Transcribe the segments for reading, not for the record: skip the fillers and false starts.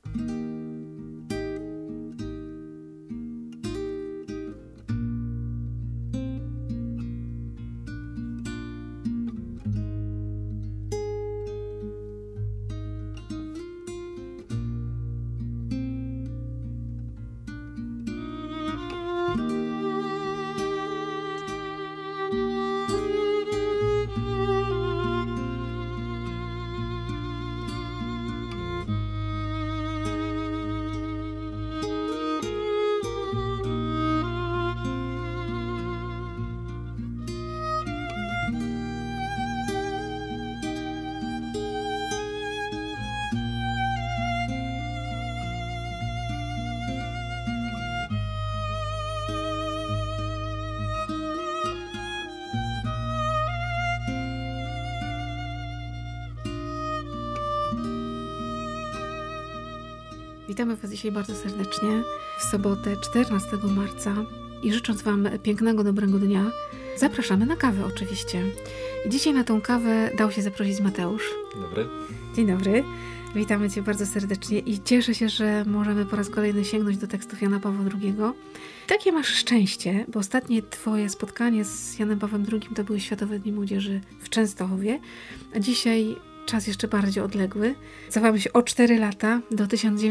Witamy Was dzisiaj bardzo serdecznie w sobotę 14 marca i życząc Wam pięknego, dobrego dnia, zapraszamy na kawę oczywiście. I dzisiaj na tą kawę dał się zaprosić Mateusz. Dobry. Dzień dobry. Witamy Cię bardzo serdecznie i cieszę się, że możemy po raz kolejny sięgnąć do tekstów Jana Pawła II. Takie masz szczęście, bo ostatnie Twoje spotkanie z Janem Pawłem II to były Światowe Dni Młodzieży w Częstochowie, a dzisiaj czas jeszcze bardziej odległy. Cofamy się o 4 lata do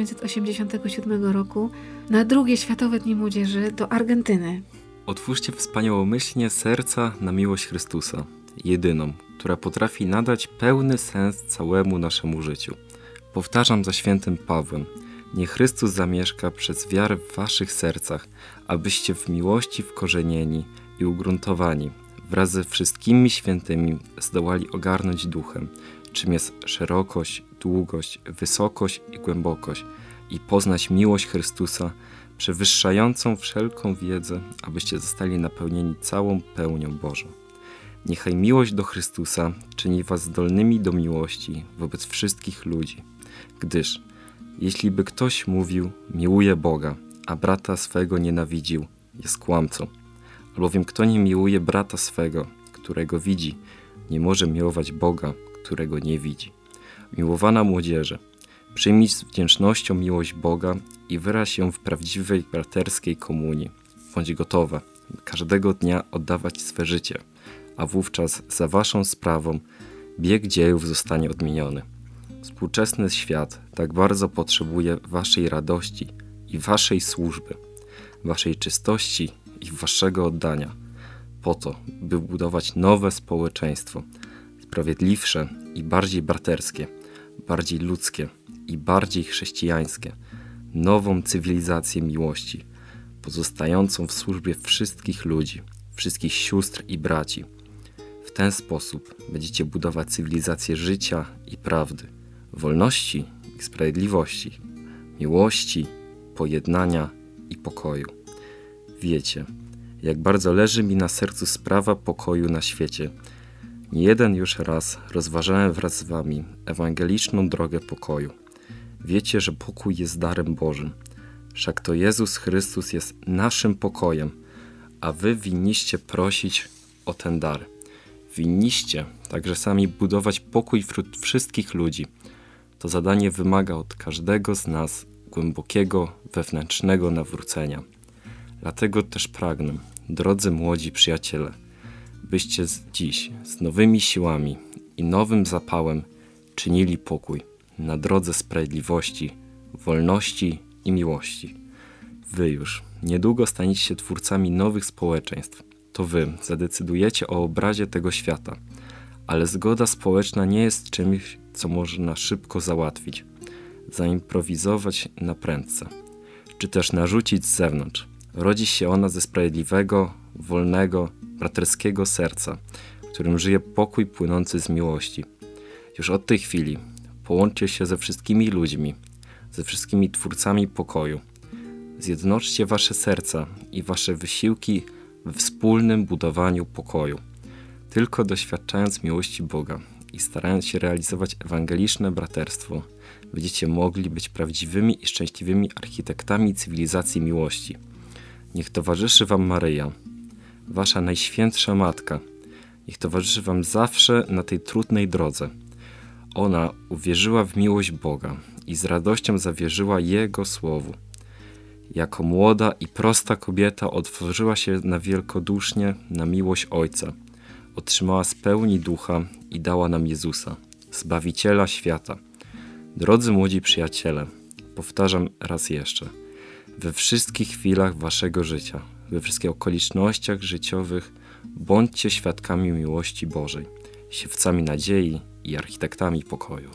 1987 roku na drugie Światowe Dni Młodzieży do Argentyny. Otwórzcie wspaniałomyślnie serca na miłość Chrystusa, jedyną, która potrafi nadać pełny sens całemu naszemu życiu. Powtarzam za świętym Pawłem, niech Chrystus zamieszka przez wiarę w waszych sercach, abyście w miłości wkorzenieni i ugruntowani wraz ze wszystkimi świętymi zdołali ogarnąć duchem, czym jest szerokość, długość, wysokość i głębokość i poznać miłość Chrystusa przewyższającą wszelką wiedzę, abyście zostali napełnieni całą pełnią Bożą. Niechaj miłość do Chrystusa czyni was zdolnymi do miłości wobec wszystkich ludzi, gdyż jeśli by ktoś mówił, miłuje Boga, a brata swego nienawidził, jest kłamcą. Albowiem kto nie miłuje brata swego, którego widzi, nie może miłować Boga, którego nie widzi. Miłowana młodzieży, przyjmij z wdzięcznością miłość Boga i wyraź ją w prawdziwej braterskiej komunii. Bądź gotowa każdego dnia oddawać swe życie, a wówczas za waszą sprawą bieg dziejów zostanie odmieniony. Współczesny świat tak bardzo potrzebuje waszej radości i waszej służby, waszej czystości i waszego oddania, po to, by budować nowe społeczeństwo, sprawiedliwsze i bardziej braterskie, bardziej ludzkie i bardziej chrześcijańskie, nową cywilizację miłości, pozostającą w służbie wszystkich ludzi, wszystkich sióstr i braci. W ten sposób będziecie budować cywilizację życia i prawdy, wolności i sprawiedliwości, miłości, pojednania i pokoju. Wiecie, jak bardzo leży mi na sercu sprawa pokoju na świecie. Nie jeden już raz rozważałem wraz z wami ewangeliczną drogę pokoju. Wiecie, że pokój jest darem Bożym. Wszak to Jezus Chrystus jest naszym pokojem, a wy winniście prosić o ten dar. Winniście także sami budować pokój wśród wszystkich ludzi. To zadanie wymaga od każdego z nas głębokiego, wewnętrznego nawrócenia. Dlatego też pragnę, drodzy młodzi przyjaciele, byście dziś z nowymi siłami i nowym zapałem czynili pokój na drodze sprawiedliwości, wolności i miłości. Wy już niedługo staniecie się twórcami nowych społeczeństw. To wy zadecydujecie o obrazie tego świata, ale zgoda społeczna nie jest czymś, co można szybko załatwić, zaimprowizować na prędce, czy też narzucić z zewnątrz. Rodzi się ona ze sprawiedliwego, wolnego, braterskiego serca, w którym żyje pokój płynący z miłości. Już od tej chwili połączcie się ze wszystkimi ludźmi, ze wszystkimi twórcami pokoju. Zjednoczcie wasze serca i wasze wysiłki we wspólnym budowaniu pokoju. Tylko doświadczając miłości Boga i starając się realizować ewangeliczne braterstwo, będziecie mogli być prawdziwymi i szczęśliwymi architektami cywilizacji miłości. Niech towarzyszy wam Maryja, wasza najświętsza Matka. Niech towarzyszy wam zawsze na tej trudnej drodze. Ona uwierzyła w miłość Boga i z radością zawierzyła Jego słowu. Jako młoda i prosta kobieta otworzyła się na wielkodusznie na miłość Ojca. Otrzymała z pełni ducha i dała nam Jezusa, Zbawiciela świata. Drodzy młodzi przyjaciele, powtarzam raz jeszcze, we wszystkich chwilach waszego życia, we wszystkich okolicznościach życiowych bądźcie świadkami miłości Bożej, siewcami nadziei i architektami pokoju.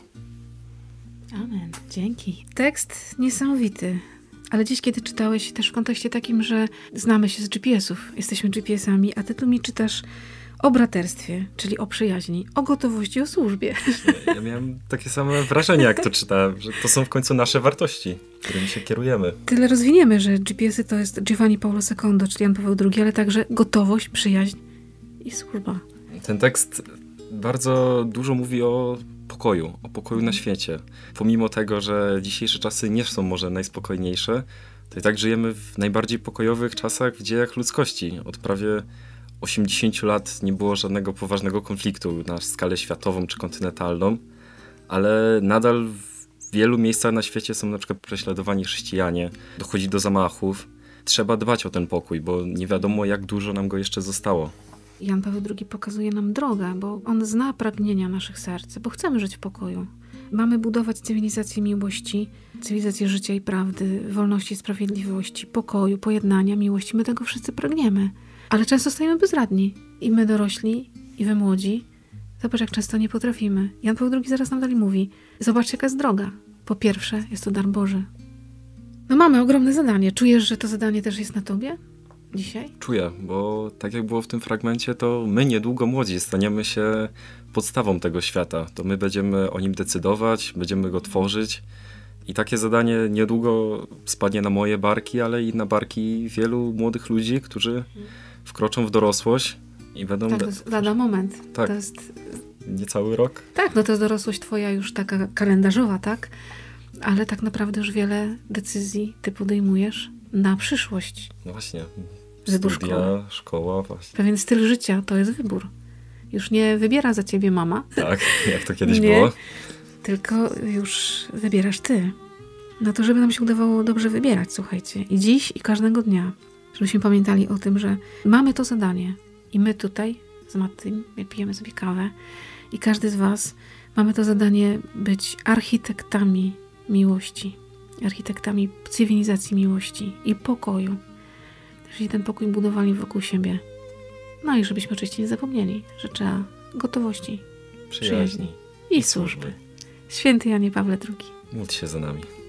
Amen. Dzięki. Tekst niesamowity. Ale dziś, kiedy czytałeś też w kontekście takim, że znamy się z GPS-ów, jesteśmy GPS-ami, a ty tu mi czytasz o braterstwie, czyli o przyjaźni, o gotowości, o służbie. Ja miałem takie same wrażenie, jak to czytałem, że to są w końcu nasze wartości, którymi się kierujemy. Tyle rozwiniemy, że GPS-y to jest Giovanni Paolo II, czyli Jan Paweł II, ale także gotowość, przyjaźń i służba. Ten tekst bardzo dużo mówi o pokoju na świecie. Pomimo tego, że dzisiejsze czasy nie są może najspokojniejsze, to i tak żyjemy w najbardziej pokojowych czasach w dziejach ludzkości. Od prawie 80 lat nie było żadnego poważnego konfliktu na skalę światową czy kontynentalną, ale nadal w wielu miejscach na świecie są na przykład prześladowani chrześcijanie, dochodzi do zamachów. Trzeba dbać o ten pokój, bo nie wiadomo, jak dużo nam go jeszcze zostało. Jan Paweł II pokazuje nam drogę, bo on zna pragnienia naszych serc, bo chcemy żyć w pokoju. Mamy budować cywilizację miłości, cywilizację życia i prawdy, wolności, sprawiedliwości, pokoju, pojednania, miłości. My tego wszyscy pragniemy. Ale często stajemy bezradni. I my dorośli, i wy młodzi. Zobacz, jak często nie potrafimy. Jan Paweł II zaraz nam dalej mówi. Zobacz, jaka jest droga. Po pierwsze, jest to dar Boży. No mamy ogromne zadanie. Czujesz, że to zadanie też jest na tobie? Dzisiaj? Czuję, bo tak jak było w tym fragmencie, to my niedługo młodzi staniemy się podstawą tego świata. To my będziemy o nim decydować, będziemy go tworzyć i takie zadanie niedługo spadnie na moje barki, ale i na barki wielu młodych ludzi, którzy wkroczą w dorosłość i będą... Tak, to jest lada moment. Tak, to jest... niecały rok. Tak, no to jest dorosłość twoja już taka kalendarzowa, tak? Ale tak naprawdę już wiele decyzji ty podejmujesz na przyszłość. No właśnie. Wybór Studia, szkoła właśnie. Pewien styl życia to jest wybór. Już nie wybiera za ciebie mama. Tak, jak to kiedyś nie, było. Tylko już wybierasz ty. No to żeby nam się udawało dobrze wybierać, słuchajcie. I dziś, i każdego dnia. Żebyśmy pamiętali o tym, że mamy to zadanie. I my tutaj z Mattym, jak pijemy sobie kawę, i każdy z was mamy to zadanie być architektami miłości. Architektami cywilizacji miłości i pokoju. Czyli ten pokój budowali wokół siebie. No i żebyśmy oczywiście nie zapomnieli, że trzeba gotowości, przyjaźni i służby. Święty Janie Pawle II. Módl się za nami.